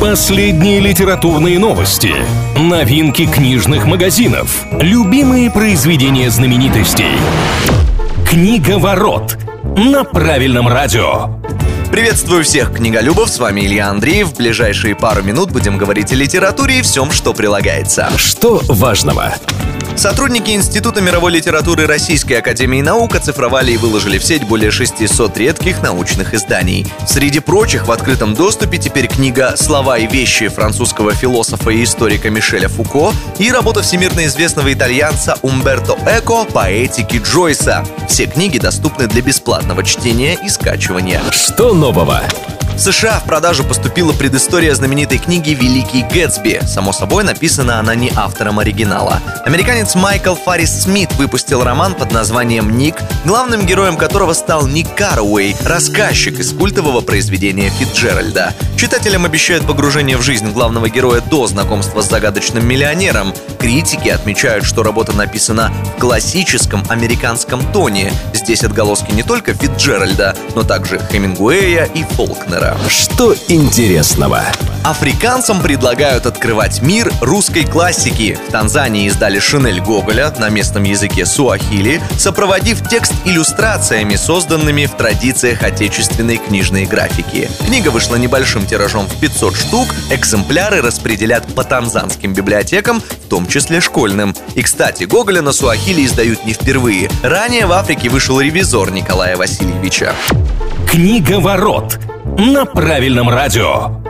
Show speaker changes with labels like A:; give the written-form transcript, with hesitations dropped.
A: Последние литературные новости, новинки книжных магазинов, любимые произведения знаменитостей. Книговорот на правильном радио.
B: Приветствую всех книголюбов, с вами Илья Андреев. В ближайшие пару минут будем говорить о литературе и всем, что прилагается.
A: Что важного?
B: Сотрудники Института мировой литературы Российской академии наук оцифровали и выложили в сеть более 600 редких научных изданий. Среди прочих в открытом доступе теперь книга «Слова и вещи» французского философа и историка Мишеля Фуко и работа всемирно известного итальянца Умберто Эко по этике Джойса. Все книги доступны для бесплатного чтения и скачивания.
A: Что нового?
B: В США в продажу поступила предыстория знаменитой книги «Великий Гэтсби». Само собой, написана она не автором оригинала. Американец Майкл Фаррис Смит выпустил роман под названием «Ник», главным героем которого стал Ник Каррауэй, рассказчик из культового произведения Фицджеральда. Читателям обещают погружение в жизнь главного героя до знакомства с загадочным миллионером. Критики отмечают, что работа написана в классическом американском тоне. Здесь отголоски не только Фицджеральда, но также Хемингуэя и Фолкнера.
A: Что интересного?
B: Африканцам предлагают открывать мир русской классики. В Танзании издали «Шинель» Гоголя на местном языке суахили, сопроводив текст иллюстрациями, созданными в традициях отечественной книжной графики. Книга вышла небольшим тиражом в 500 штук, экземпляры распределят по танзанским библиотекам, в том числе школьным. И, кстати, Гоголя на суахили издают не впервые. Ранее в Африке вышел «Ревизор» Николая Васильевича.
A: Книговорот на правильном радио.